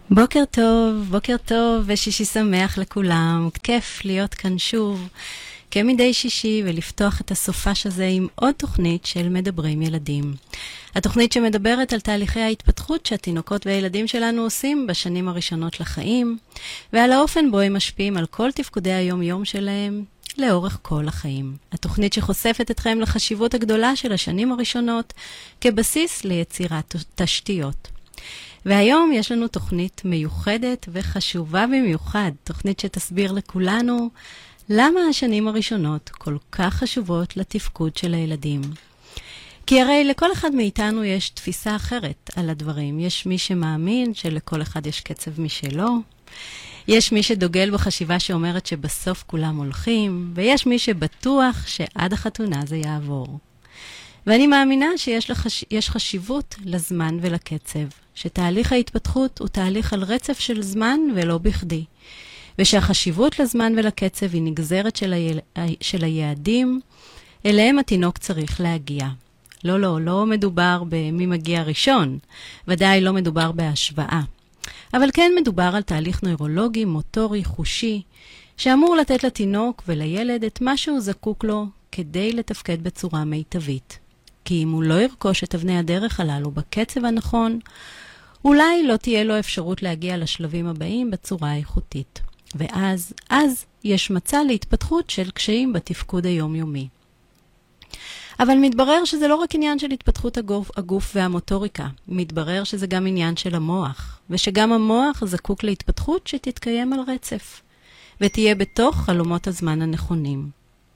בוקר טוב ושישי שמח לכולם. כיף להיות כאן שוב כמדי שישי ולפתוח את הסופש הזה עם עוד תוכנית של מדברים ילדים. התוכנית שמדברת על תהליכי ההתפתחות שהתינוקות והילדים שלנו עושים בשנים הראשונות לחיים, ועל האופן בו הם משפיעים על כל תפקודי היום-יום שלהם לאורך כל החיים. התוכנית שחושפת אתכם לחשיבות הגדולה של השנים הראשונות כבסיס ליצירת תשתיות. והיום יש לנו תוכנית מיוחדת וחשובה במיוחד, תוכנית שתסביר לכולנו למה השנים הראשונות כל כך חשובות לתפקוד של הילדים. כי הרי לכל אחד מאיתנו יש תפיסה אחרת על הדברים. יש מי שמאמין שלכל אחד יש קצב משלו, יש מי שדוגל בחשיבה שאומרת שבסוף כולם הולכים, ויש מי שבטוח שעד החתונה זה יעבור. ואני מאמינה שיש חשיבות לזמן ולקצב, שתהליך ההתפתחות הוא תהליך על רצף של זמן ולא בכדי, ושהחשיבות לזמן ולקצב היא נגזרת של היעדים אליהם התינוק צריך להגיע. לא מדובר במי מגיע ראשון, ודאי לא מדובר בהשוואה. אבל כן מדובר על תהליך נוירולוגי, מוטורי, חושי, שאמור לתת לתינוק ולילד את מה שהוא זקוק לו כדי לתפקד בצורה מיטבית. כי אם הוא לא ירכוש את אבני הדרך הללו בקצב הנכון, אולי לא תהיה לו אפשרות להגיע לשלבים הבאים בצורה איכותית. ואז יש מצע להתפתחות של קשיים בתפקוד היומיומי. אבל מתברר שזה לא רק עניין של התפתחות הגוף והמוטוריקה. מתברר שזה גם עניין של המוח, ושגם המוח זקוק להתפתחות שתתקיים על רצף, ותהיה בתוך חלומות הזמן הנכונים.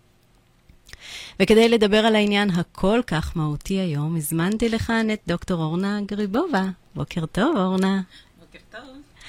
וכדי לדבר על העניין הכל כך מהותי היום, הזמנתי לכאן את דוקטור אורנה גריבובה. בוקר טוב, אורנה. בוקר טוב.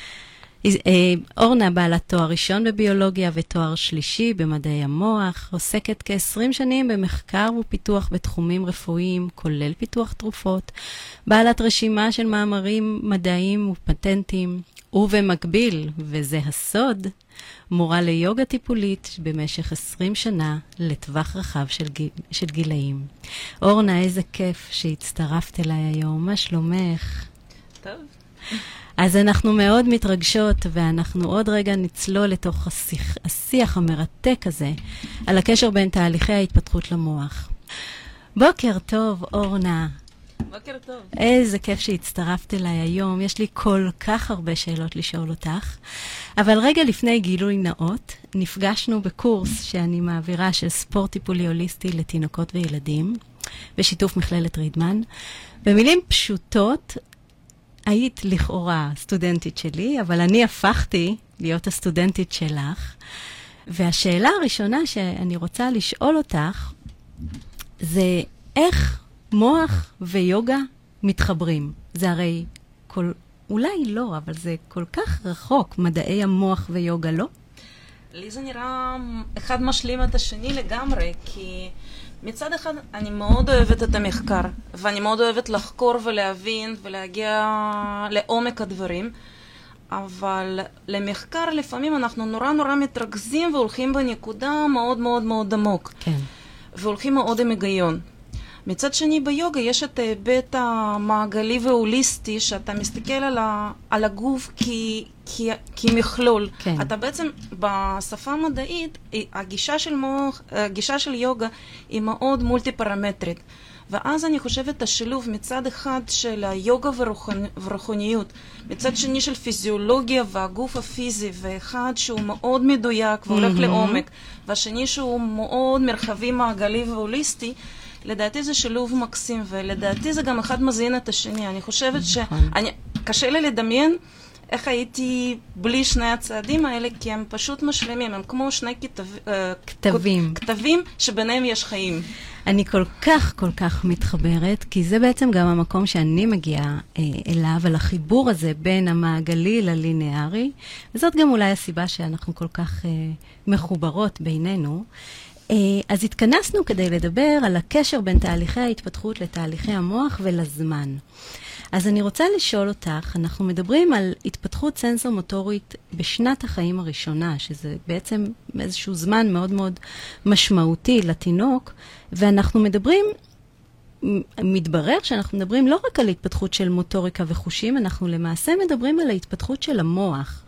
אורנה בעלת תואר ראשון בביולוגיה ותואר שלישי במדעי המוח, עוסקת כ-20 שנים במחקר ופיתוח בתחומים רפואיים, כולל פיתוח תרופות, בעלת רשימה של מאמרים מדעיים ופטנטים, ובמקביל, וזה הסוד, מורה ליוגה טיפולית במשך 20 שנה לטווח רחב של גילאים. אורנה, איזה כיף שהצטרפת אליי היום. מה שלומך? טוב. אז אנחנו מאוד מתרגשות, ואנחנו עוד רגע נצלול לתוך השיח המרתק הזה על הקשר בין תהליכי ההתפתחות למוח. בוקר טוב, אורנה. בוקר טוב. איזה כיף שהצטרפת אליי היום. יש לי כל כך הרבה שאלות לשאול אותך. אבל רגע לפני גילוי נאות, נפגשנו בקורס שאני מעבירה של ספורט טיפולי הוליסטי לתינוקות וילדים, בשיתוף מכללת רידמן. במילים פשוטות, היית לכאורה סטודנטית שלי, אבל אני הפכתי להיות הסטודנטית שלך. והשאלה הראשונה שאני רוצה לשאול אותך, זה איך מוח ויוגה מתחברים. זה הרי אולי לא, אבל זה כל כך רחוק, מדעי המוח ויוגה, לא? לי זה נראה אחד משלים את השני לגמרי, כי מצד אחד אני מאוד אוהבת את המחקר, ואני מאוד אוהבת לחקור ולהבין ולהגיע לעומק הדברים, אבל למחקר לפעמים אנחנו נורא מתרכזים והולכים בנקודה מאוד מאוד מאוד עמוק. כן. והולכים מאוד עם היגיון. מצד שני ביוגה יש את ההיבט המעגלי והוליסטי, שאתה מסתכל על הגוף כמכלול. כן. אתה בעצם בשפה המדעית, הגישה של יוגה היא מאוד מולטי פרמטרית. ואז אני חושבת השילוב מצד אחד של היוגה ורוחניות, מצד שני של פיזיולוגיה והגוף הפיזי, ואחד שהוא מאוד מדויק והולך לעומק, והשני שהוא מאוד מרחבי מעגלי והוליסטי, לדעתי זה שילוב מקסים, ולדעתי זה גם אחד מזין את השני. אני חושבת קשה לי לדמיין איך הייתי בלי שני הצעדים האלה, כי הם פשוט משלמים, הם כמו שני כתבים שביניהם יש חיים. אני כל כך מתחברת, כי זה בעצם גם המקום שאני מגיעה אליו, על החיבור הזה בין המעגלי ללינארי, וזאת גם אולי הסיבה שאנחנו כל כך מחוברות בינינו. אז התכנסנו כדי לדבר על הקשר בין תהליכי ההתפתחות לתהליכי המוח ולזמן. אז אני רוצה לשאול אותך, אנחנו מדברים על התפתחות סנסור-מוטורית בשנת החיים הראשונה, שזה בעצם איזשהו זמן מאוד מאוד משמעותי לתינוק, ואנחנו מדברים מתברר שאנחנו מדברים לא רק על התפתחות של מוטוריקה וחושים, אנחנו למעשה מדברים על ההתפתחות של המוח.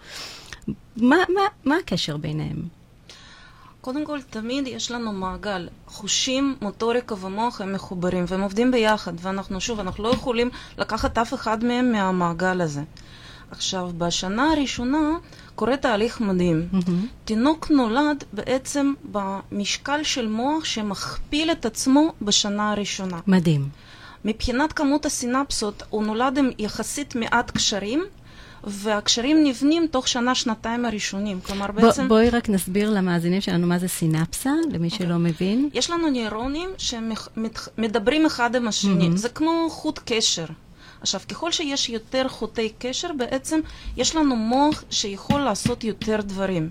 מה הקשר ביניהם? קודם כל, תמיד יש לנו מעגל. חושים, מוטוריקה ומוח הם מחוברים, והם עובדים ביחד, ואנחנו לא יכולים לקחת אף אחד מהם מהמעגל הזה. עכשיו, בשנה הראשונה קורה תהליך מדהים. תינוק נולד בעצם במשקל של מוח שמכפיל את עצמו בשנה הראשונה. מדהים. מבחינת כמות הסינפסות, הוא נולד עם יחסית מעט קשרים, והקשרים נבנים תוך שנה-שנתיים הראשונים. כלומר, בעצם... בואי רק נסביר למאזינים שלנו מה זה סינפסה, למי שלא מבין. יש לנו נוירונים שמדברים אחד עם השני. זה כמו חוט קשר. עכשיו, ככל שיש יותר חוטי קשר, בעצם יש לנו מוח שיכול לעשות יותר דברים.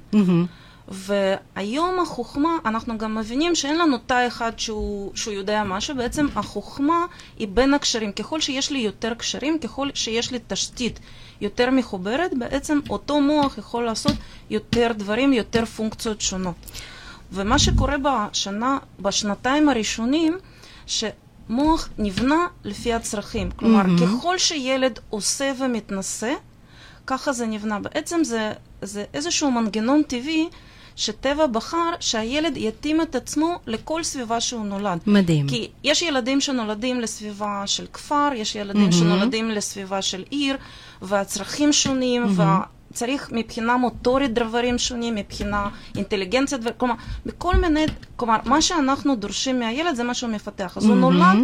והיום החוכמה, אנחנו גם מבינים שאין לנו תא אחד שהוא יודע משהו, בעצם החוכמה היא בין הקשרים. ככל שיש לי יותר קשרים, ככל שיש לי תשתית יותר מחוברת, בעצם אותו מוח יכול לעשות יותר דברים, יותר פונקציות שונות. ומה שקורה בשנתיים הראשונים, מוח נבנה לפי הצרכים. כלומר, ככל שילד עושה ומתנסה, ככה זה נבנה. בעצם זה איזשהו מנגנון טבעי שטבע בחר שהילד יתאים את עצמו לכל סביבה שהוא נולד. מדהים. כי יש ילדים שנולדים לסביבה של כפר, יש ילדים שנולדים לסביבה של עיר, והצרכים שונים, צריך מבחינה מוטורית דברים שונים, מבחינה אינטליגנציה, כלומר, בכל מיני, כלומר, מה שאנחנו דורשים מהילד זה מה שהוא מפתח. אז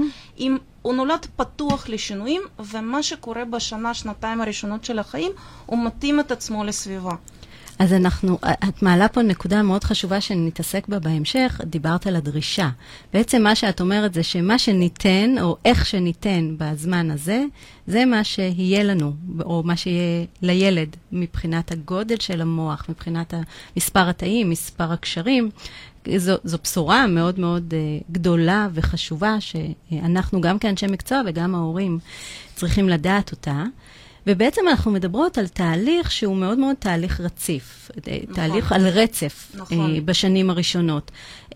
הוא נולד פתוח לשינויים, ומה שקורה שנתיים הראשונות של החיים, הוא מתאים את עצמו לסביבה. אז את מעלה פה נקודה מאוד חשובה שנתעסק בה בהמשך, דיברת על הדרישה. בעצם מה שאת אומרת זה שמה שניתן, או איך שניתן בזמן הזה, זה מה שיהיה לנו, או מה שיהיה לילד, מבחינת הגודל של המוח, מבחינת מספר התאים, מספר הקשרים. זו בשורה מאוד מאוד גדולה וחשובה, שאנחנו גם כאנשי מקצוע וגם ההורים צריכים לדעת אותה. ובעצם אנחנו מדברות על תהליך שהוא מאוד מאוד תהליך רציף, תהליך על רצף בשנים הראשונות.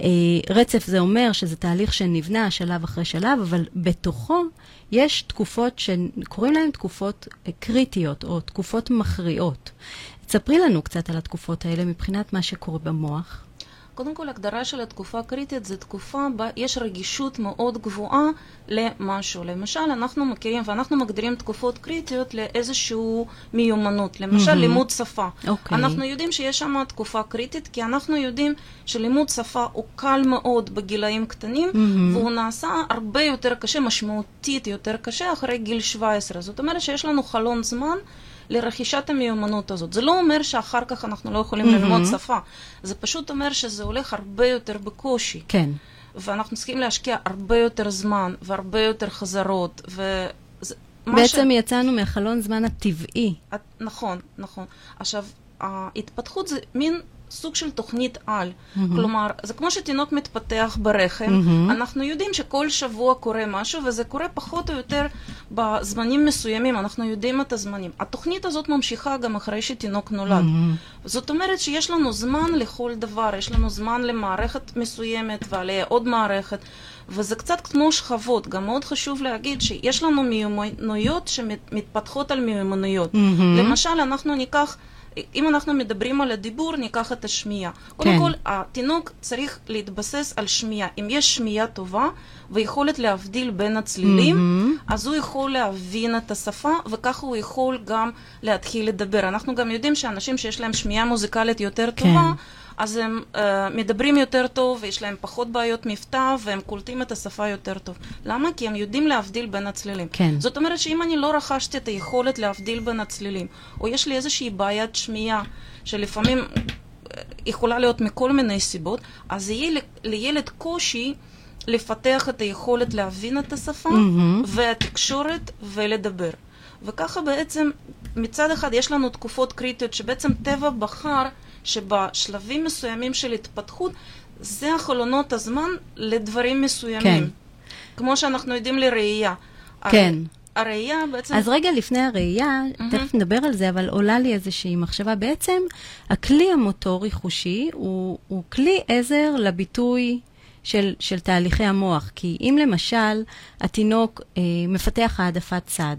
רצף זה אומר שזה תהליך שנבנה שלב אחרי שלב, אבל בתוכו יש תקופות שקוראים להן תקופות קריטיות או תקופות מכריעות. תספרי לנו קצת על התקופות האלה מבחינת מה שקורה במוח. קודם כל, הגדרה של התקופה הקריטית זה תקופה בה יש רגישות מאוד גבוהה למשהו. למשל, אנחנו מכירים ואנחנו מגדירים תקופות קריטיות לאיזשהו מיומנות. למשל, לימוד שפה. אנחנו יודעים שיש שם תקופה קריטית, כי אנחנו יודעים שלימוד שפה הוא קל מאוד בגילאים קטנים, והוא נעשה הרבה יותר קשה, משמעותית יותר קשה, אחרי גיל 17. זאת אומרת שיש לנו חלון זמן לרכישת המיומנות הזאת. זה לא אומר שאחר כך אנחנו לא יכולים ללמוד שפה. זה פשוט אומר שזה הולך הרבה יותר בקושי. כן. ואנחנו צריכים להשקיע הרבה יותר זמן והרבה יותר חזרות. בעצם יצאנו מהחלון זמן הטבעי. נכון, נכון. עכשיו, ההתפתחות זה מין סוג של תוכנית על. כלומר, זה כמו שתינוק מתפתח ברחם, אנחנו יודעים שכל שבוע קורה משהו, וזה קורה פחות או יותר בזמנים מסוימים, אנחנו יודעים את הזמנים. התוכנית הזאת ממשיכה גם אחרי שתינוק נולד. זאת אומרת שיש לנו זמן לכל דבר, יש לנו זמן למערכת מסוימת ועליה עוד מערכת, וזה קצת כמו שכבות. גם מאוד חשוב להגיד שיש לנו מיומנויות שמתפתחות על מיומנויות. למשל, אנחנו ניקח אם אנחנו מדברים על הדיבור, ניקח את השמיעה. קודם כל, התינוק צריך להתבסס על שמיעה. אם יש שמיעה טובה ויכולת להבדיל בין הצלילים, אז הוא יכול להבין את השפה, וכך הוא יכול גם להתחיל לדבר. אנחנו גם יודעים שאנשים שיש להם שמיעה מוזיקלית יותר טובה, אז הם מדברים יותר טוב, ויש להם פחות בעיות מבטא, והם קולטים את השפה יותר טוב. למה? כי הם יודעים להבדיל בין הצלילים. כן. זאת אומרת שאם אני לא רכשתי את היכולת להבדיל בין הצלילים, או יש לי איזושהי בעיית שמיעה, שלפעמים יכולה להיות מכל מיני סיבות, אז יהיה לילד קושי לפתח את היכולת להבין את השפה, והתקשורת ולדבר. וככה בעצם, מצד אחד יש לנו תקופות קריטיות, שבעצם טבע בחר, שבשלבים מסוימים של התפתחות, זה החלונות הזמן לדברים מסוימים. כן. כמו שאנחנו יודעים לראייה. כן. הראייה בעצם... אז רגע לפני הראייה, תכף נדבר על זה, אבל עולה לי איזושהי מחשבה. בעצם, הכלי המוטורי חושי הוא כלי עזר לביטוי של תהליכי המוח. כי אם למשל התינוק מפתח העדפת צד,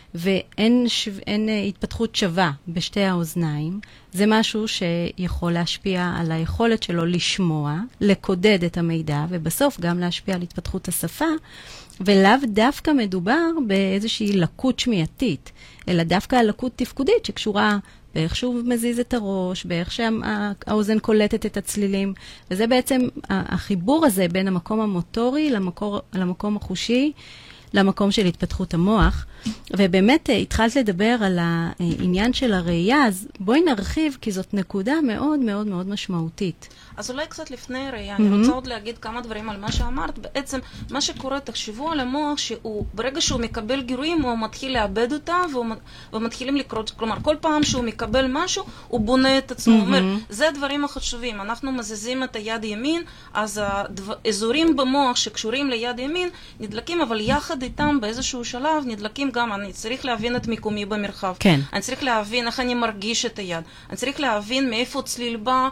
ואין התפתחות שווה בשתי האוזניים, זה משהו שיכול להשפיע על היכולת שלו לשמוע, לקודד את המידע, ובסוף גם להשפיע על התפתחות השפה, ולאו דווקא מדובר באיזושהי לקות שמיעתית, אלא דווקא על לקות תפקודית שקשורה באיך שהוא מזיז את הראש, באיך שהאוזן קולטת את הצלילים, וזה בעצם החיבור הזה בין המקום המוטורי למקום החושי, למקום של התפתחות המוח. ובאמת התחלת לדבר על העניין של הראייה, אז בואי נרחיב, כי זאת נקודה מאוד מאוד מאוד משמעותית. אז אולי קצת לפני ראייה, אני רוצה עוד להגיד כמה דברים על מה שאמרת. בעצם מה שקורה, תחשבו על המוח, ברגע שהוא מקבל גירויים, הוא מתחיל לאבד אותה, ומתחילים לקרות, כלומר, כל פעם שהוא מקבל משהו, הוא בונה את עצמו. הוא אומר, זה הדברים החשובים. אנחנו מזיזים את היד ימין, אז האזורים במוח שקשורים ליד ימין נדלקים, אבל יחד איתם באיזשהו שלב נדלקים גם, אני צריך להבין את מיקומי במרחב. כן. אני צריך להבין איך אני מרגיש את היד. אני צריך להבין מאיפה צליל בא,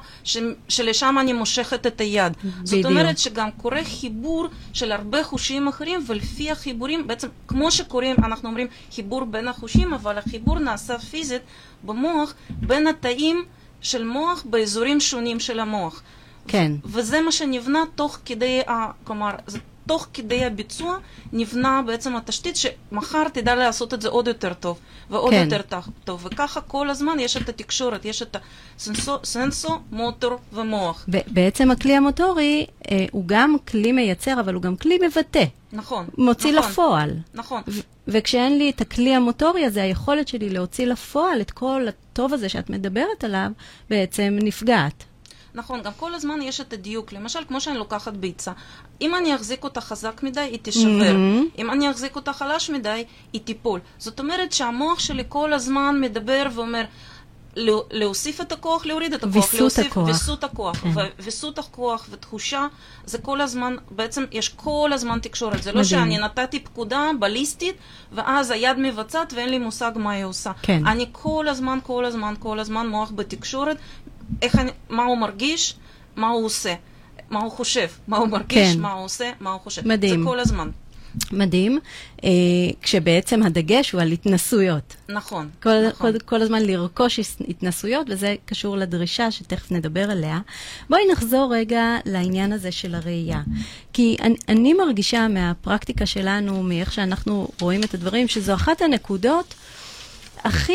שלשם אני מושכת את היד. בדיוק. זאת אומרת שגם קורה חיבור של הרבה חושים אחרים, ולפי החיבורים, בעצם כמו שקוראים, אנחנו אומרים חיבור בין החושים, אבל החיבור נעשה פיזית במוח, בין התאים של מוח באזורים שונים של המוח. כן. וזה מה שנבנה תוך כדי, כלומר, תוך כדי הביצוע נבנה בעצם התשתית שמחר תדע לעשות את זה עוד יותר טוב ועוד יותר טוב, וככה כל הזמן יש את התקשורת, יש את הסנסו, מוטור ומוח. בעצם הכלי המוטורי הוא גם כלי מייצר, אבל הוא גם כלי מבטא. נכון. מוציא לפועל. נכון. וכשאין לי את הכלי המוטורי הזה, היכולת שלי להוציא לפועל את כל הטוב הזה שאת מדברת עליו, בעצם נפגעת. נכון, גם כל הזמן יש את הדיוק. למשל, כמו שאני לוקחת ביצה, אם אני אחזיק אותה חזק מדי, היא תשבר. אם אני אחזיק אותה חלש מדי, היא תיפול. זאת אומרת שהמוח שלי כל הזמן מדבר ואומר, להוסיף את הכוח, להוריד את הכוח, ויסות הכוח. ויסות הכוח ותחושה, זה כל הזמן, בעצם יש כל הזמן תקשורת. זה לא שאני נתתי פקודה בליסטית, ואז היד מבצעת ואין לי מושג מה היא עושה. אני כל הזמן מוח בתקשורת, מה הוא מרגיש, מה הוא עושה, מה הוא חושב, מה הוא מרגיש, מה הוא עושה, מה הוא חושב. מדהים. זה כל הזמן. מדהים, כשבעצם הדגש הוא על התנסויות. נכון. כל הזמן לרכוש התנסויות, וזה קשור לדרישה שתכף נדבר עליה. בואי נחזור רגע לעניין הזה של הראייה. כי אני מרגישה מהפרקטיקה שלנו, מאיך שאנחנו רואים את הדברים, שזו אחת הנקודות הכי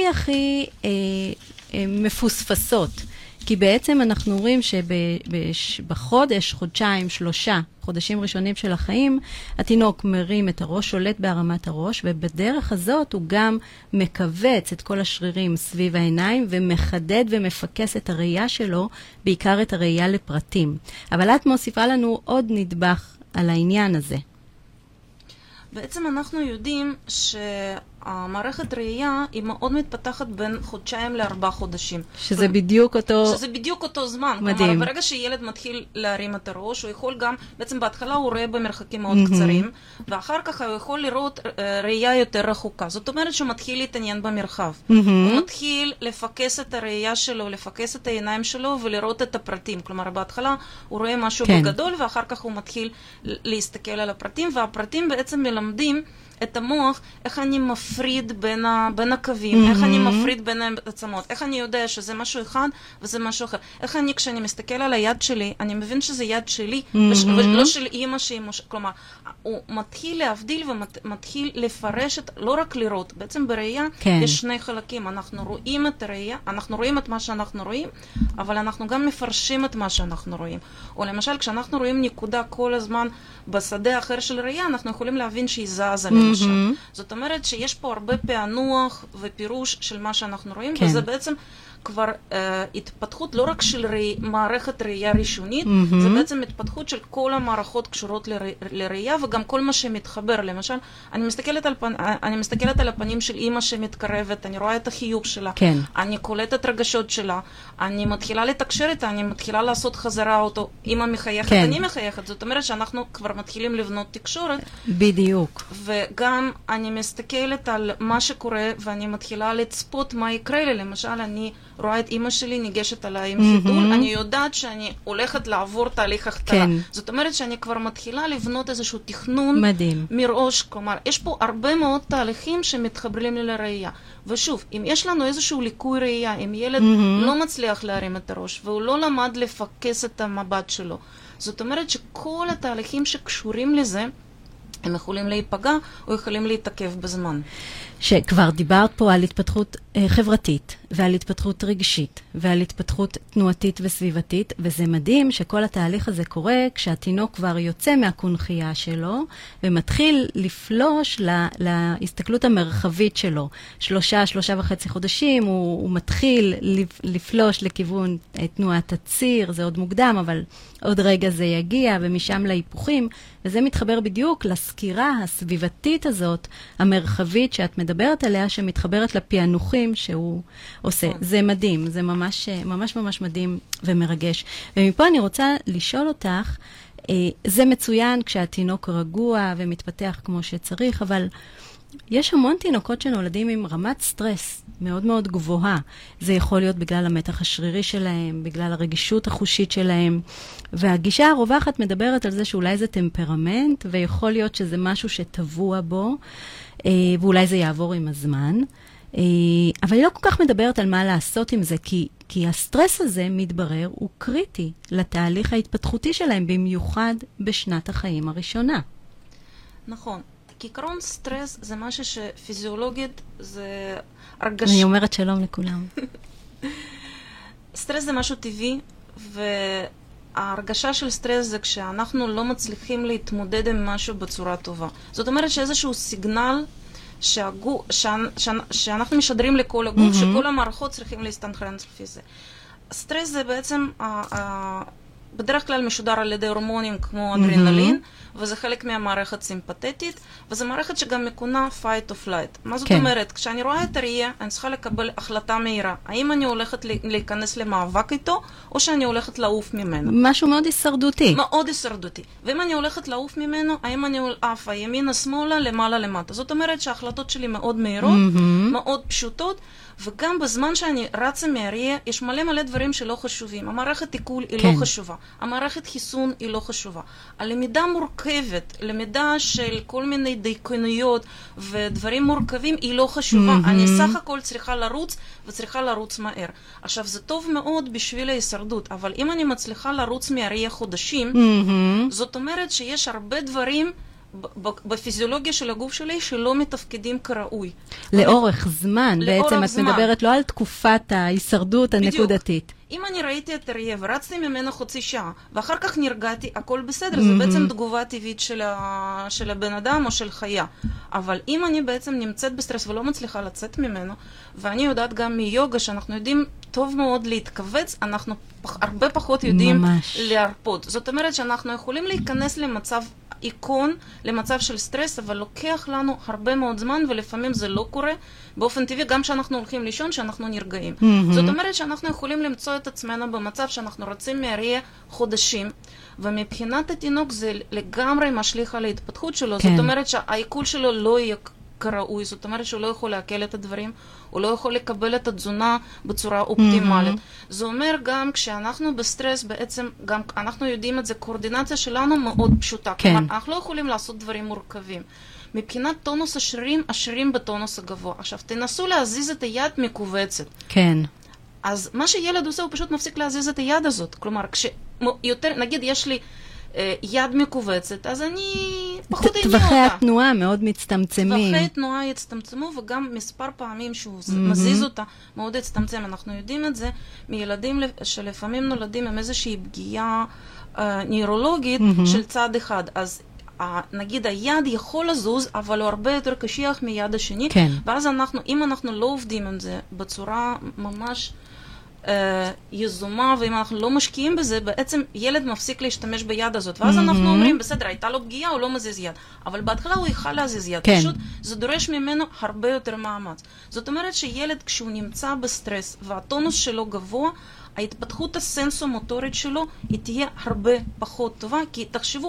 מפוספסות. כי בעצם אנחנו רואים שבחודש, חודשיים, 3 חודשים ראשונים של החיים, התינוק מרים את הראש, שולט בהרמת הראש, ובדרך הזאת הוא גם מקבץ את כל השרירים סביב העיניים, ומחדד ומפקס את הראייה שלו, בעיקר את הראייה לפרטים. אבל את מוסיפה לנו עוד נדבך על העניין הזה. בעצם אנחנו יודעים שהמערכת ראייה היא מאוד מתפתחת בין חודשיים ל4 חודשים. שזה בדיוק אותו זמן. מדהים. כלומר, ברגע שילד מתחיל להרים את הראש, הוא יכול גם, בעצם בהתחלה הוא רואה במרחקים מאוד קצרים, ואחר כך הוא יכול לראות ראייה יותר רחוקה. זאת אומרת שהוא מתחיל להתעניין במרחב. הוא מתחיל לפקס את הראייה שלו, לפקס את העיניים שלו ולראות את הפרטים. כלומר, בהתחלה הוא רואה משהו בגדול, ואחר כך הוא מתחיל להסתכל על הפרטים, והפרטים בעצם מלמדים את המוח, איך אני מפריד בין הקווים, איך אני מפריד בין העצמות, איך אני יודע שזה משהו אחד וזה משהו אחר. איך אני, כשאני מסתכל על היד שלי, אני מבין שזה יד שלי, ולא של אימא שהיא כלומר, הוא מתחיל להבדיל ומתחיל לפרש, לא רק לראות, בעצם בראייה יש 2 חלקים, אנחנו רואים את הראייה, אנחנו רואים את מה שאנחנו רואים, אבל אנחנו גם מפרשים את מה שאנחנו רואים. או למשל, כשאנחנו רואים נקודה כל הזמן בשדה אחר של ראייה, אנחנו יכולים להבין שהיא זזה למשל. זאת אומרת שיש פה הרבה פענוח ופירוש של מה שאנחנו רואים, וזה בעצם כבר התפתחות לא רק של מערכת ראייה ראשונית, זה בעצם התפתחות של כל המערכות קשורות לראייה, וגם כל מה שמתחבר. למשל, אני מסתכלת על הפנים של אמא שמתקרבת, אני רואה את החיוך שלה, אני קולטת רגשות שלה, אני מתחילה לתקשר איתה, אני מתחילה לעשות חזרה אותו, אמא מחייכת, אני מחייכת. זאת אומרת שאנחנו כבר מתחילים לבנות תקשורת. בדיוק. גם אני מסתכלת על מה שקורה ואני מתחילה לצפות מה יקרה לי. למשל, אני רואה את אמא שלי ניגשת עליי עם חיתול, אני יודעת שאני הולכת לעבור תהליך החתלה. זאת אומרת שאני כבר מתחילה לבנות איזשהו תכנון מראש. כלומר, יש פה הרבה מאוד תהליכים שמתחברים לי לראייה. ושוב, אם יש לנו איזשהו ליקוי ראייה, אם ילד לא מצליח להרים את הראש והוא לא למד לפקס את המבט שלו, זאת אומרת שכל התהליכים שקשורים לזה, הם יכולים להיפגע או יכולים להתעכב בזמן. שכבר דיברת פה על התפתחות חברתית, ועל התפתחות רגשית, ועל התפתחות תנועתית וסביבתית, וזה מדהים שכל התהליך הזה קורה כשהתינוק כבר יוצא מהקונחייה שלו, ומתחיל לפלוש להסתכלות המרחבית שלו. 3.5 חודשים, הוא מתחיל לפלוש לכיוון תנועת הציר, זה עוד מוקדם, אבל עוד רגע זה יגיע, ומשם להיפוכים, וזה מתחבר בדיוק לסקירה הסביבתית הזאת, המרחבית שאת מדברת עליה, שמתחברת לפענוחים שהוא עושה. זה מדהים, זה ממש ממש מדהים ומרגש. ומפה אני רוצה לשאול אותך, זה מצוין כשהתינוק רגוע ומתפתח כמו שצריך, אבל יש המון תינוקות שנולדים עם רמת סטרס מאוד מאוד גבוהה. זה יכול להיות בגלל המתח השרירי שלהם, בגלל הרגישות החושית שלהם. והגישה הרווחת מדברת על זה שאולי זה טמפרמנט, ויכול להיות שזה משהו שטבוע בו, ואולי זה יעבור עם הזמן. אבל היא לא כל כך מדברת על מה לעשות עם זה, כי הסטרס הזה מתברר הוא קריטי לתהליך ההתפתחותי שלהם, במיוחד בשנת החיים הראשונה. נכון. כעיקרון סטרס זה משהו שפיזיולוגית זה הרגשה... אני אומרת שלום לכולם. סטרס זה משהו טבעי, וההרגשה של סטרס זה כשאנחנו לא מצליחים להתמודד עם משהו בצורה טובה. זאת אומרת שאיזשהו סיגנל שאנחנו משדרים לכל הגוף, שכל המערכות צריכים להסתנכרן לפי זה. סטרס זה בעצם בדרך כלל משודר על ידי הורמונים כמו אדרנלין, וזה חלק מהמערכת סימפתטית, וזו מערכת שגם מכונה fight or flight. מה זאת אומרת? כשאני רואה את הראייה, אני צריכה לקבל החלטה מהירה. האם אני הולכת להיכנס למאבק איתו, או שאני הולכת לעוף ממנו? משהו מאוד הישרדותי. מאוד הישרדותי. ואם אני הולכת לעוף ממנו, האם אני עפה ימינה, שמאלה, למעלה, למטה. זאת אומרת שההחלטות שלי מאוד מהירות, מאוד פשוטות, וגם בזמן שאני רצה מהראייה, יש מלא דברים שלא חשובים. המערכת עיכול היא לא חשובה. המערכת חיסון היא לא חשובה. הלמידה מורכבת, למידה של כל מיני דייקנויות ודברים מורכבים היא לא חשובה. אני סך הכל צריכה לרוץ וצריכה לרוץ מהר. עכשיו, זה טוב מאוד בשביל ההישרדות, אבל אם אני מצליחה לרוץ מהראייה חודשים, זאת אומרת שיש הרבה דברים בפיזיולוגיה של הגוף שלי שלא מתפקדים כראוי. לאורך זמן, בעצם את מדברת לא על תקופת ההישרדות הנקודתית. אם אני ראיתי את הראייה ורצתי ממנו חצי שעה, ואחר כך נרגעתי, הכל בסדר, זה בעצם תגובה טבעית של הבן אדם או של חיה. אבל אם אני בעצם נמצאת בסטרס ולא מצליחה לצאת ממנו, ואני יודעת גם מיוגה שאנחנו יודעים טוב מאוד להתכווץ, אנחנו הרבה פחות יודעים להרפות. זאת אומרת שאנחנו יכולים להיכנס למצב איקון, למצב של סטרס, אבל לוקח לנו הרבה מאוד זמן, ולפעמים זה לא קורה באופן טבעי, גם כשאנחנו הולכים לישון, שאנחנו נרגעים. זאת אומרת שאנחנו יכולים למצוא את עצמנו במצב שאנחנו רוצים מהראייה חודשים, ומבחינת התינוק זה לגמרי משליך על ההתפתחות שלו. זאת אומרת שהעיכול שלו לא יהיה כראוי, זאת אומרת שהוא לא יכול לעכל את הדברים, הוא לא יכול לקבל את התזונה בצורה אופטימלית. זה אומר גם כשאנחנו בסטרס, בעצם גם אנחנו יודעים את זה, קואורדינציה שלנו מאוד פשוטה. כלומר, אנחנו לא יכולים לעשות דברים מורכבים. מבחינת טונוס השרירים בטונוס הגבוה. עכשיו, תנסו להזיז את היד מכווצת. כן. אז מה שילד עושה, הוא פשוט מפסיק להזיז את היד הזאת. כלומר, כשיותר, נגיד, יש לי יד מכווצת, אז אני פחות אעניין אותה. טווחי התנועה מאוד מצטמצמים. טווחי התנועה יצטמצמו, וגם מספר פעמים שהוא מזיז אותה מאוד יצטמצם. אנחנו יודעים את זה מילדים שלפעמים נולדים עם איזושהי פגיעה נוירולוגית של צד אחד. אז נגיד היד יכול לזוז, אבל הוא הרבה יותר קשיח מיד השני. ואז אם אנחנו לא עובדים עם זה בצורה ממש יזומה, ואם אנחנו לא משקיעים בזה, בעצם ילד מפסיק להשתמש ביד הזאת. ואז אנחנו אומרים, בסדר, הייתה לו פגיעה, הוא לא מזיז יד. אבל בהתחלה הוא יכל להזיז יד. פשוט זה דורש ממנו הרבה יותר מאמץ. זאת אומרת שילד כשהוא נמצא בסטרס והטונוס שלו גבוה, ההתפתחות הסנסומוטורית שלו היא תהיה הרבה פחות טובה, כי תחשבו,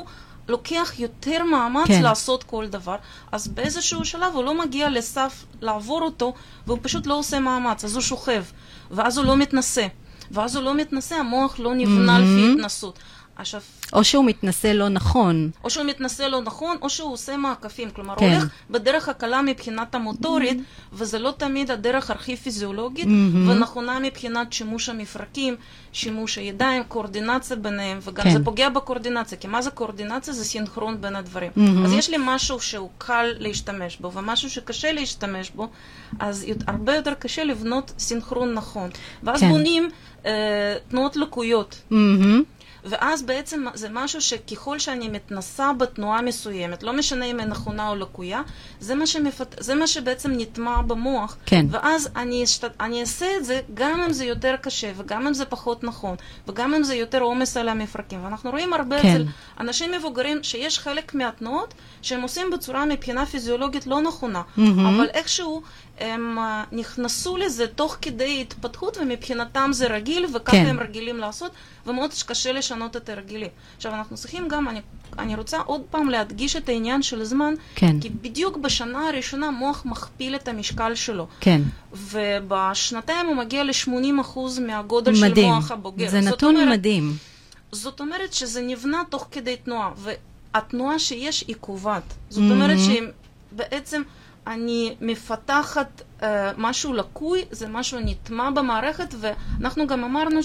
לוקח יותר מאמץ לעשות כל דבר, אז באיזשהו שלב הוא לא מגיע לסף לעבור אותו, והוא פשוט לא עושה מאמץ, אז הוא שוכב, ואז הוא לא מתנסה. ואז הוא לא מתנסה, המוח לא נבנה לפי התנסות. עכשיו, או שהוא מתנסה לא נכון. או שהוא מתנסה לא נכון, או שהוא עושה מעקפים. כלומר, הוא הולך בדרך הקלה מבחינת המוטורית, וזה לא תמיד הדרך הכי פיזיולוגית, ונכונה מבחינת שימוש המפרקים, שימוש הידיים, קואורדינציה ביניהם, וגם זה פוגע בקואורדינציה. כי מה זה קואורדינציה? זה סינכרון בין הדברים. אז יש לי משהו שהוא קל להשתמש בו, ומשהו שקשה להשתמש בו, אז הרבה יותר קשה לבנות סינכרון נכון. ואז בונים תנועות לקויות. ואז בעצם זה משהו שככל שאני מתנסה בתנועה מסוימת, לא משנה אם היא נכונה או לקויה, זה מה שבעצם נטמע במוח. כן. ואז אני אעשה את זה גם אם זה יותר קשה, וגם אם זה פחות נכון, וגם אם זה יותר עומס על המפרקים. ואנחנו רואים הרבה אצל אנשים מבוגרים שיש חלק מהתנועות שהם עושים בצורה מבחינה פיזיולוגית לא נכונה, אבל איכשהו הם נכנסו לזה תוך כדי התפתחות, ומבחינתם זה רגיל, וככה הם רגילים לעשות, ומאוד קשה לשנות את הרגילים. עכשיו, אנחנו צריכים גם, אני רוצה עוד פעם להדגיש את העניין של הזמן, כי בדיוק בשנה הראשונה מוח מכפיל את המשקל שלו. כן. ובשנתיים הוא מגיע ל-80% מהגודל של מוח הבוגר. זה נתון מדהים. זאת אומרת שזה נבנה תוך כדי תנועה, והתנועה שיש היא קובעת. זאת אומרת שבעצם אני מפתחת משהו לקוי, זה משהו נטמע במערכת, ואנחנו גם אמרנו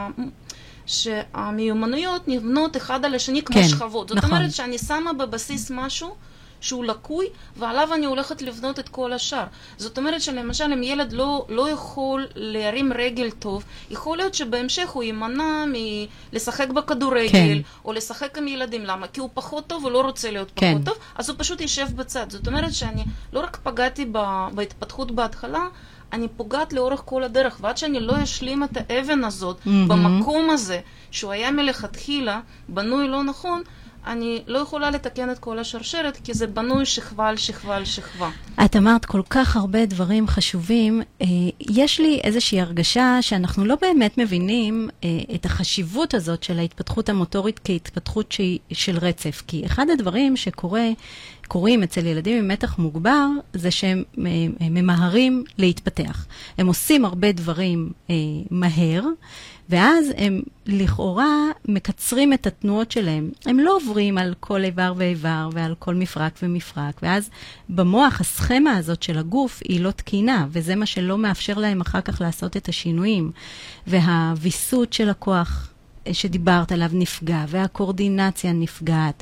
שהמיומנויות נבנות אחד על השני כמו שכבות. זאת אומרת שאני שמה בבסיס משהו שהוא לקוי, ועליו אני הולכת לבנות את כל השאר. זאת אומרת שלמשל אם ילד לא יכול להרים רגל טוב, יכול להיות שבהמשך הוא יימנע מלשחק בכדורגל, או לשחק עם ילדים. למה? כי הוא פחות טוב, הוא לא רוצה להיות פחות טוב, אז הוא פשוט יישב בצד. זאת אומרת שאני לא רק פגעתי בהתפתחות בהתחלה, אני פוגעת לאורך כל הדרך, ועד שאני לא אשלים את האבן הזאת במקום הזה, שהוא היה מלכתחילה בנוי לא נכון, אני לא יכולה לתקן את כל השרשרת, כי זה בנוי שכבה על שכבה על שכבה. את אמרת כל כך הרבה דברים חשובים. יש לי איזושהי הרגשה שאנחנו לא באמת מבינים את החשיבות הזאת של ההתפתחות המוטורית כהתפתחות של רצף. כי אחד הדברים שקורים אצל ילדים עם מתח מוגבר, זה שהם ממהרים להתפתח. הם עושים הרבה דברים מהר, ואז הם לכאורה מקצרים את התנועות שלהם. הם לא עוברים על כל איבר ואיבר ועל כל מפרק ומפרק, ואז במוח הסכמה הזאת של הגוף היא לא תקינה, וזה מה שלא מאפשר להם אחר כך לעשות את השינויים. והוויסות של הכוח שדיברת עליו נפגע, והקואורדינציה נפגעת,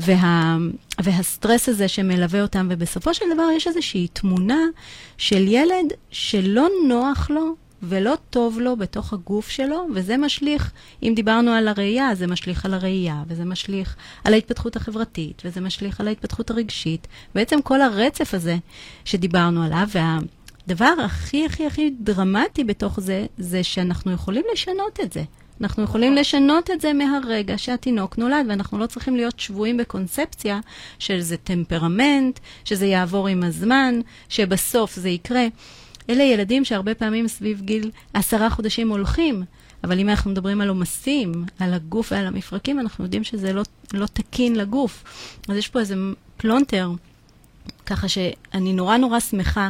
והסטרס הזה שמלווה אותם, ובסופו של דבר יש איזושהי תמונה של ילד שלא נוח לו, ולא טוב לו בתוך הגוף שלו, וזה משליך, אם דיברנו על הראייה, זה משליך על הראייה, וזה משליך על ההתפתחות החברתית, וזה משליך על ההתפתחות הרגשית. בעצם כל הרצף הזה שדיברנו עליו, והדבר הכי הכי הכי דרמטי בתוך זה, זה שאנחנו יכולים לשנות את זה. אנחנו יכולים לשנות את זה מהרגע שהתינוק נולד, ואנחנו לא צריכים להיות שבויים בקונספציה של זה טמפרמנט, שזה יעבור עם הזמן, שבסוף זה יקרה. אלה ילדים שהרבה פעמים סביב גיל 10 חודשים הולכים, אבל אם אנחנו מדברים על עומסים, על הגוף ועל המפרקים, אנחנו יודעים שזה לא תקין לגוף. אז יש פה איזה פלונטר, ככה שאני נורא נורא שמחה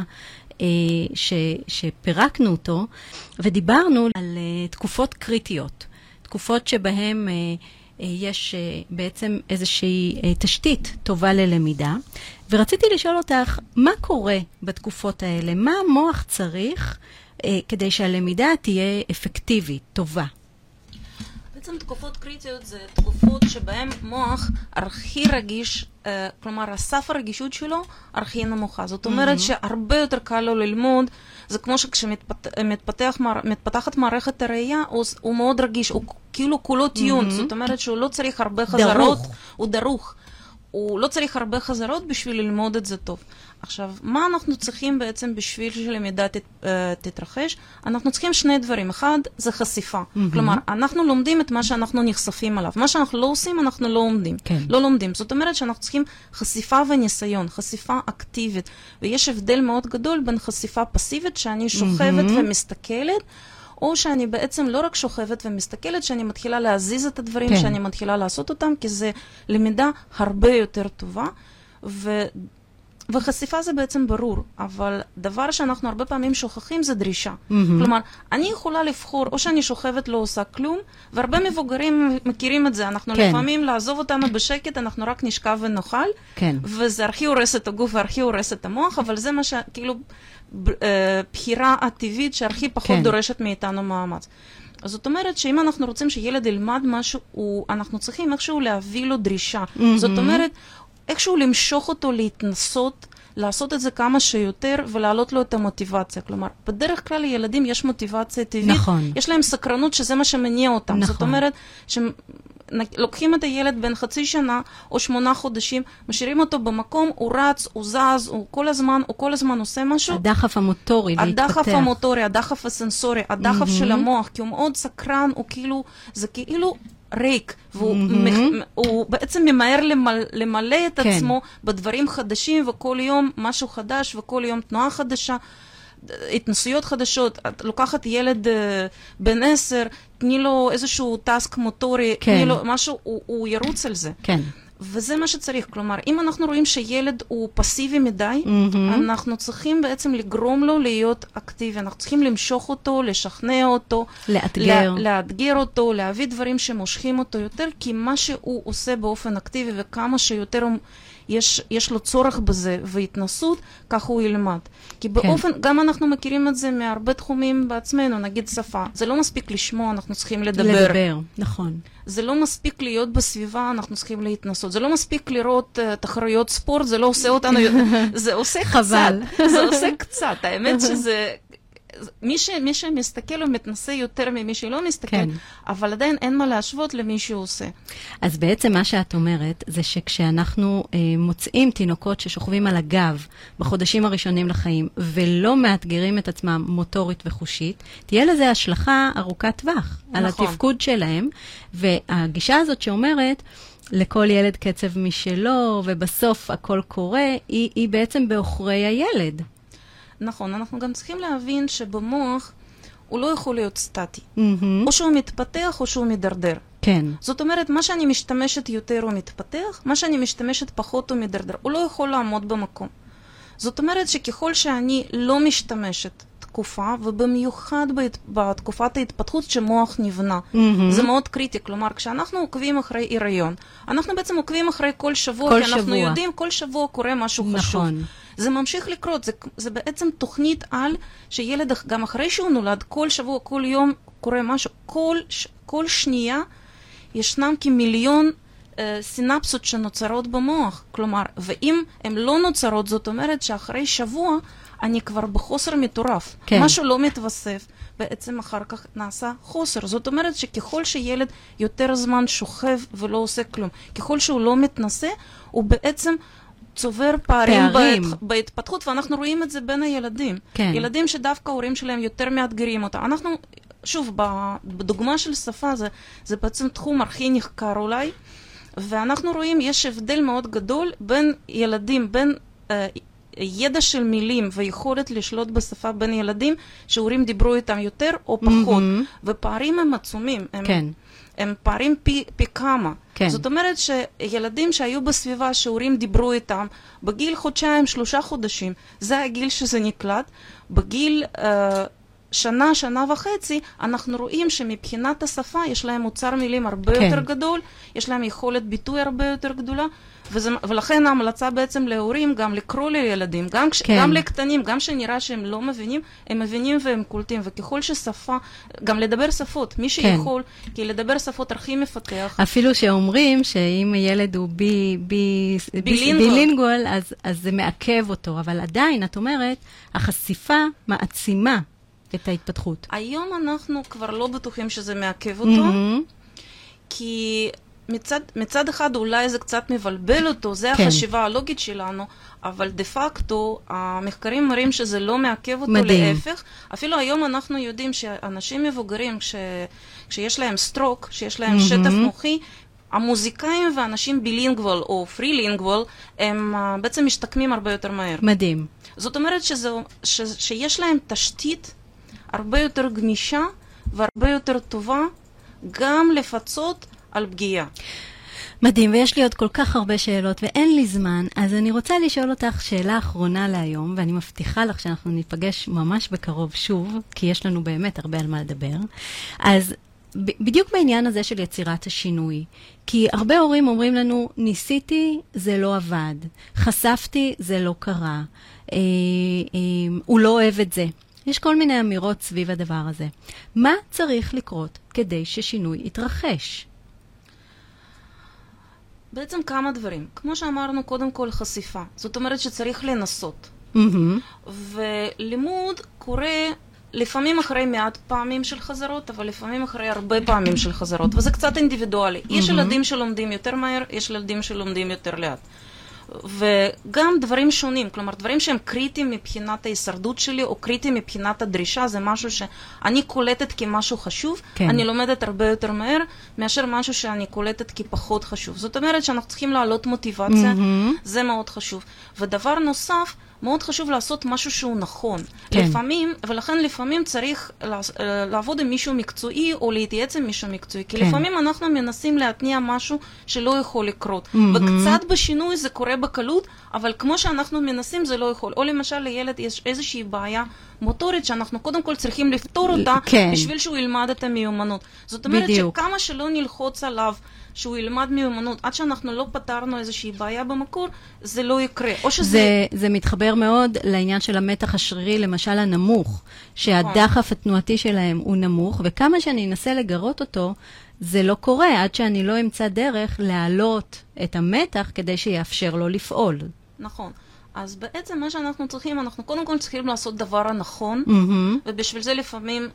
שפירקנו אותו, ודיברנו על תקופות קריטיות, תקופות שבהן יש בעצם איזושהי תשתית טובה ללמידה, ורציתי לשאול אותך, מה קורה בתקופות האלה? מה המוח צריך כדי שהלמידה תהיה אפקטיבית, טובה? בעצם תקופות קריטיות זה תקופות שבהן מוח הכי רגיש, כלומר הסף הרגישות שלו הכי נמוכה. זאת אומרת שהרבה יותר קל לו ללמוד, זה כמו שכשמתפתחת מערכת הראייה, הוא מאוד רגיש, הוא כאילו כולו טיון, זאת אומרת שהוא לא צריך הרבה חזרות, הוא דרוך. הוא לא צריך הרבה חזרות בשביל ללמוד את זה טוב. עכשיו, מה אנחנו צריכים בעצם בשביל שלמידה תתרחש? אנחנו צריכים שני דברים. אחד, זה חשיפה. כלומר, אנחנו לומדים את מה שאנחנו נחשפים עליו. מה שאנחנו לא עושים, אנחנו לא לומדים. לא לומדים. זאת אומרת שאנחנו צריכים חשיפה וניסיון, חשיפה אקטיבית. ויש הבדל מאוד גדול בין חשיפה פסיבית, שאני שוכבת ומסתכלת, או שאני בעצם לא רק שוכבת ומסתכלת, שאני מתחילה להזיז את הדברים, שאני מתחילה לעשות אותם, כי זה למידה הרבה יותר טובה, וחשיפה זה בעצם ברור, אבל דבר שאנחנו הרבה פעמים שוכחים זה דרישה. כלומר, אני יכולה לבחור, או שאני שוכבת לא עושה כלום, והרבה מבוגרים מכירים את זה. אנחנו לפעמים לעזוב אותנו בשקט, אנחנו רק נשכב ונאכל, וזה הכי הורס את הגוף והכי הורס את המוח, אבל זה מה שכאילו בחירה הטבעית שהכי פחות דורשת מאיתנו מאמץ. אז זאת אומרת שאם אנחנו רוצים שילד ילמד משהו, אנחנו צריכים איכשהו להביא לו דרישה. זאת אומרת, איכשהו למשוך אותו להתנסות, לעשות את זה כמה שיותר ולהעלות לו את המוטיבציה. כלומר, בדרך כלל לילדים יש מוטיבציה טבעית, נכון. יש להם סקרנות שזה מה שמניע אותם. נכון. זאת אומרת, לוקחים את הילד בין חצי שנה או 8 חודשים, משאירים אותו במקום, הוא רץ, הוא זז, הוא כל הזמן עושה משהו. הדחף המוטורי להתפתח. הדחף המוטורי, הדחף הסנסורי, הדחף של המוח, כי הוא מאוד סקרן, הוא כאילו, זה כאילו ריק, והוא בעצם ממהר למלא את עצמו בדברים חדשים, וכל יום משהו חדש, וכל יום תנועה חדשה, התנסויות חדשות. את לוקחת ילד בן 10, תני לו איזשהו טסק מוטורי, תני לו משהו, הוא ירוץ על זה. כן. וזה מה שצריך. כלומר, אם אנחנו רואים שילד הוא פסיבי מדי, אנחנו צריכים בעצם לגרום לו להיות אקטיבי. אנחנו צריכים למשוך אותו, לשכנע אותו, לאתגר אותו, להביא דברים שמושכים אותו יותר, כי מה שהוא עושה באופן אקטיבי וכמה שיותר יש לו צורך בזה והתנסות, כך הוא ילמד. כי באופן, גם אנחנו מכירים את זה מהרבה תחומים בעצמנו, נגיד שפה. זה לא מספיק לשמוע, אנחנו צריכים לדבר. נכון. זה לא מספיק להיות בסביבה, אנחנו צריכים להתנסות. זה לא מספיק לראות תחרויות ספורט, זה לא עושה אותנו, זה עושה חבל. קצת. זה עושה קצת. האמת שזה, מי שמסתכל הוא מתנסה יותר ממי שלא מסתכל, אבל עדיין אין מה להשוות למי שהוא עושה. אז בעצם מה שאת אומרת, זה שכשאנחנו מוצאים תינוקות ששוכבים על הגב בחודשים הראשונים לחיים, ולא מאתגרים את עצמם מוטורית וחושית, תהיה לזה השלכה ארוכת טווח על התפקוד שלהם, והגישה הזאת שאומרת, לכל ילד קצב משלו, ובסוף הכל קורה, היא בעצם באחורי הילד. נכון, אנחנו גם צריכים להבין שבמוח הוא לא יכול להיות סטטי. או שהוא מתפתח או שהוא מדרדר. כן. זאת אומרת, מה שאני משתמשת יותר הוא מתפתח, מה שאני משתמשת פחות הוא מדרדר. הוא לא יכול לעמוד במקום. זאת אומרת שככל שאני לא משתמשת תקופה, ובמיוחד בתקופת ההתפתחות שמוח נבנה. זה מאוד קריטי. כלומר, כשאנחנו עוקבים אחרי הריון, אנחנו בעצם עוקבים אחרי כל שבוע, כי אנחנו יודעים כל שבוע קורה משהו חשוב. זה ממשיך לקרות, זה בעצם תוכנית על שילד גם אחרי שהוא נולד, כל שבוע, כל יום קורה משהו, כל שנייה ישנם כמיליון סינפסות שנוצרות במוח. כלומר, ואם הן לא נוצרות, זאת אומרת שאחרי שבוע אני כבר בחוסר מטורף. משהו לא מתווסף, בעצם אחר כך נעשה חוסר. זאת אומרת שככל שילד יותר זמן שוכב ולא עושה כלום, ככל שהוא לא מתנסה, הוא בעצם צובר פערים בהתפתחות, ואנחנו רואים את זה בין הילדים. ילדים שדווקא ההורים שלהם יותר מאתגרים אותם. אנחנו, שוב, בדוגמה של שפה, זה בעצם תחום הכי נחקר אולי, ואנחנו רואים, יש הבדל מאוד גדול בין ילדים, בין ידע של מילים ויכולת לשלוט בשפה בין ילדים שהורים דיברו איתם יותר או פחות, ופערים הם עצומים. הם פערים פי כמה. זאת אומרת שילדים שהיו בסביבה שהורים דיברו איתם, בגיל חודשיים, 3 חודשים, זה הגיל שזה נקלט, בגיל שנה, שנה וחצי, אנחנו רואים שמבחינת השפה יש להם אוצר מילים הרבה יותר גדול, יש להם יכולת ביטוי הרבה יותר גדולה, ולכן ההמלצה בעצם להורים גם לקרוא לילדים, גם לקטנים, גם שנראה שהם לא מבינים, הם מבינים והם קולטים, וככל ששפה, גם לדבר שפות, מי שיכול, כי לדבר שפות הכי מפתח. אפילו שאומרים שאם ילד הוא בילינגואל, אז זה מעכב אותו, אבל עדיין, את אומרת, החשיפה מעצימה את ההתפתחות. היום אנחנו כבר לא בטוחים שזה מעכב אותו, כי מצד אחד אולי זה קצת מבלבל אותו, זה החשיבה הלוגית שלנו, אבל דה פקטו המחקרים מראים שזה לא מעכב אותו, להפך. אפילו היום אנחנו יודעים שאנשים מבוגרים, כשיש להם סטרוק, שיש להם שטף מוחי, המוזיקאים ואנשים בילינגוול או פרילינגוול, הם בעצם משתקמים הרבה יותר מהר. מדהים. זאת אומרת שיש להם תשתית הרבה יותר גמישה והרבה יותר טובה גם לפצות על פגיעה. מדהים, ויש לי עוד כל כך הרבה שאלות ואין לי זמן, אז אני רוצה לשאול אותך שאלה אחרונה להיום, ואני מבטיחה לך שאנחנו ניפגש ממש בקרוב שוב, כי יש לנו באמת הרבה על מה לדבר. אז בדיוק בעניין הזה של יצירת השינוי, כי הרבה הורים אומרים לנו, ניסיתי, זה לא עבד, חשפתי, זה לא קרה, הוא לא אוהב את זה. יש כל מיני אמירות סביב הדבר הזה. מה צריך לקרות כדי ששינוי יתרחש? בעצם כמה דברים. כמו שאמרנו, קודם כל חשיפה. זאת אומרת שצריך לנסות. ולימוד קורה לפעמים אחרי מעט פעמים של חזרות, אבל לפעמים אחרי הרבה פעמים של חזרות, וזה קצת אינדיבידואלי. יש ילדים שלומדים יותר מהר, יש ילדים שלומדים יותר לאט. וגם דברים שונים, כלומר דברים שהם קריטיים מבחינת ההישרדות שלי או קריטיים מבחינת הדרישה, זה משהו שאני קולטת כמשהו חשוב, כן. אני לומדת הרבה יותר מהר מאשר משהו שאני קולטת כפחות חשוב. זאת אומרת שאנחנו צריכים להעלות מוטיבציה, זה מאוד חשוב. ודבר נוסף, מאוד חשוב לעשות משהו שהוא נכון. כן. לפעמים, ולכן לפעמים צריך לעבוד עם מישהו מקצועי או להתייעץ עם מישהו מקצועי, כי כן. לפעמים אנחנו מנסים להתניע משהו שלא יכול לקרות. וקצת בשינוי זה קורה בקלות, אבל כמו שאנחנו מנסים זה לא יכול. או למשל לילד יש איזושהי בעיה מוטורית שאנחנו קודם כל צריכים לפתור אותה כן. בשביל שהוא ילמד את המיומנות. זאת אומרת בדיוק. שכמה שלא נלחוץ עליו שהוא ילמד מיומנות, עד שאנחנו לא פתרנו איזושהי בעיה במקור, זה לא יקרה. או שזה... זה מתחבר מאוד לעניין של המתח השרירי, למשל הנמוך, שהדחף התנועתי שלהם הוא נמוך, וכמה שאני אנסה לגרות אותו, זה לא קורה, עד שאני לא אמצא דרך להעלות את המתח כדי שיאפשר לו לפעול. נכון. אז בעצם מה שאנחנו צריכים, אנחנו קודם כל צריכים לעשות דבר הנכון, ובשביל זה לפעמים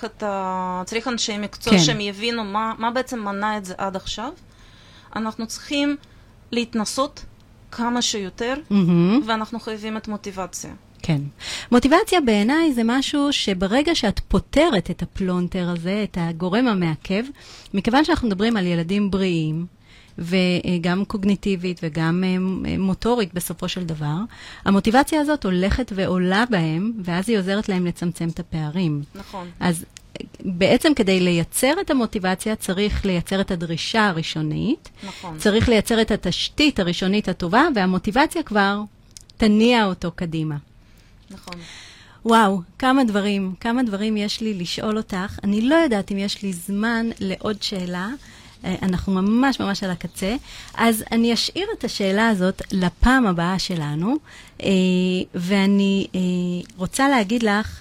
צריך אנשי מקצוע כן. שהם יבינו מה בעצם מנע את זה עד עכשיו. אנחנו צריכים להתנסות כמה שיותר, ואנחנו חייבים את מוטיבציה. כן. מוטיבציה בעיניי זה משהו שברגע שאת פותרת את הפלונטר הזה, את הגורם המעכב, מכיוון שאנחנו מדברים על ילדים בריאים, וגם קוגניטיבית וגם מוטורית בסופו של דבר, המוטיבציה הזאת הולכת ועולה בהם, ואז היא עוזרת להם לצמצם את הפערים. נכון. אז בעצם כדי לייצר את המוטיבציה, צריך לייצר את הדרישה הראשונית, נכון. צריך לייצר את התשתית הראשונית הטובה, והמוטיבציה כבר תניע אותו קדימה. נכון. וואו, כמה דברים יש לי לשאול אותך. אני לא יודעת אם יש לי זמן לעוד שאלה, אנחנו ממש על הקצה, אז אני אשאיר את השאלה הזאת לפעם הבאה שלנו, ואני רוצה להגיד לך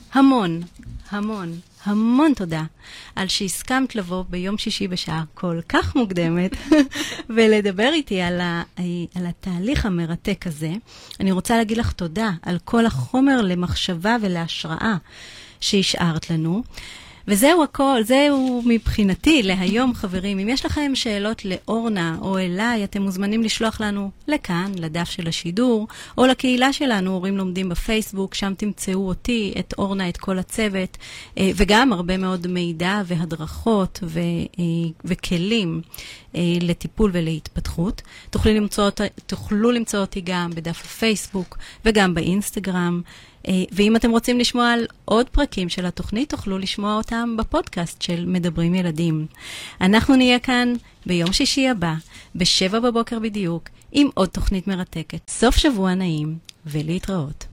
המון תודה על שהסכמת לבוא ביום שישי בשעה כל כך מוקדמת ולדבר איתי על התהליך המרתק הזה. אני רוצה להגיד לך תודה על כל החומר למחשבה ולהשראה שהשארת לנו. וזהו הכל, זהו מבחינתי להיום חברים. אם יש לכם שאלות לאורנה או אליי, אתם מוזמנים לשלוח לנו לכאן, לדף של השידור, או לקהילה שלנו, הורים לומדים בפייסבוק, שם תמצאו אותי, את אורנה, את כל הצוות, וגם הרבה מאוד מידע והדרכות וכלים לטיפול ולהתפתחות. תוכלו למצוא אותי גם בדף הפייסבוק וגם באינסטגרם. ואם אתם רוצים לשמוע על עוד פרקים של התוכנית, תוכלו לשמוע אותם בפודקאסט של מדברים ילדים. אנחנו נהיה כאן ביום שישי הבא, ב7 בבוקר בדיוק, עם עוד תוכנית מרתקת. סוף שבוע נעים, ולהתראות.